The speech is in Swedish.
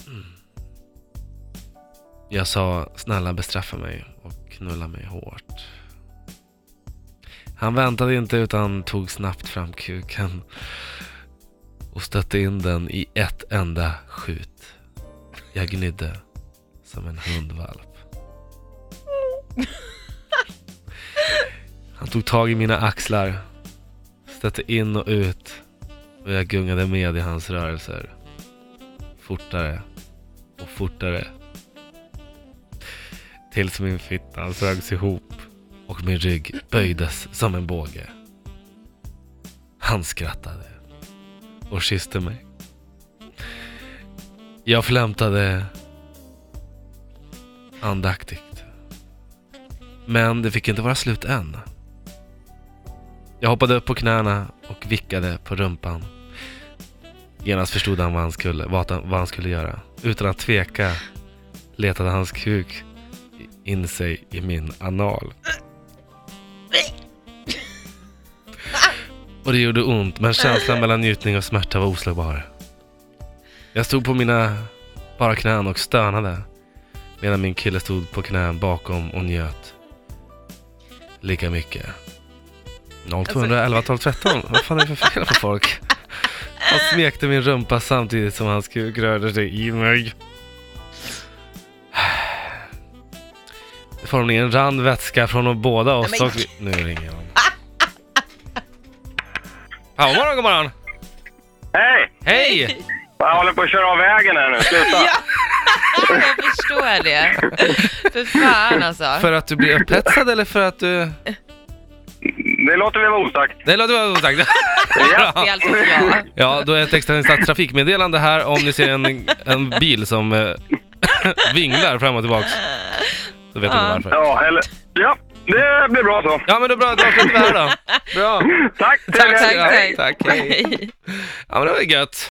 Jag sa, snälla bestraffa mig och knulla mig hårt. Han väntade inte utan tog snabbt fram kuken och stötte in den i ett enda skjut. Jag gnydde som en hundvalp. Han tog tag i mina axlar, stötte in och ut och jag gungade med i hans rörelser. Fortare och fortare. Tills min fitta sögs ihop och min rygg böjdes som en båge. Han skrattade och kysste mig. Jag flämtade andaktigt. Men det fick inte vara slut än. Jag hoppade upp på knäna och vickade på rumpan. Genast förstod han vad han skulle göra. Utan att tveka letade hans kuk in sig i min anal. Och det gjorde ont, men känslan mellan njutning och smärta var oslagbar. Jag stod på mina bara knän och stönade, medan min kille stod på knän bakom och njöt. Lika mycket. 0211 12 13. Vad fan är det för fel på folk? Han smekte min rumpa samtidigt som hans kuk rörde sig i mig. Det formligen rann vätska från båda oss. Och nu ringer jag. Ja, god morgon. Hej! Hej! Jag håller på att köra av vägen här nu, sluta. Ja, jag förstår det. För fan alltså. För att du blir upphetsad eller för att du... Det låter väl vara osagt. Det låter väl osagt. Ja. Det är alltså jag. Ja, då är ett extrainsatt trafikmeddelande här om ni ser en bil som vinglar fram och tillbaks. Så vet ni varför. Ja, eller... Ja, det blir bra så. Ja, men då bra, då slutar vi här då. Bra. Tack. Tack. Tack, hej. Ja, men det var gött.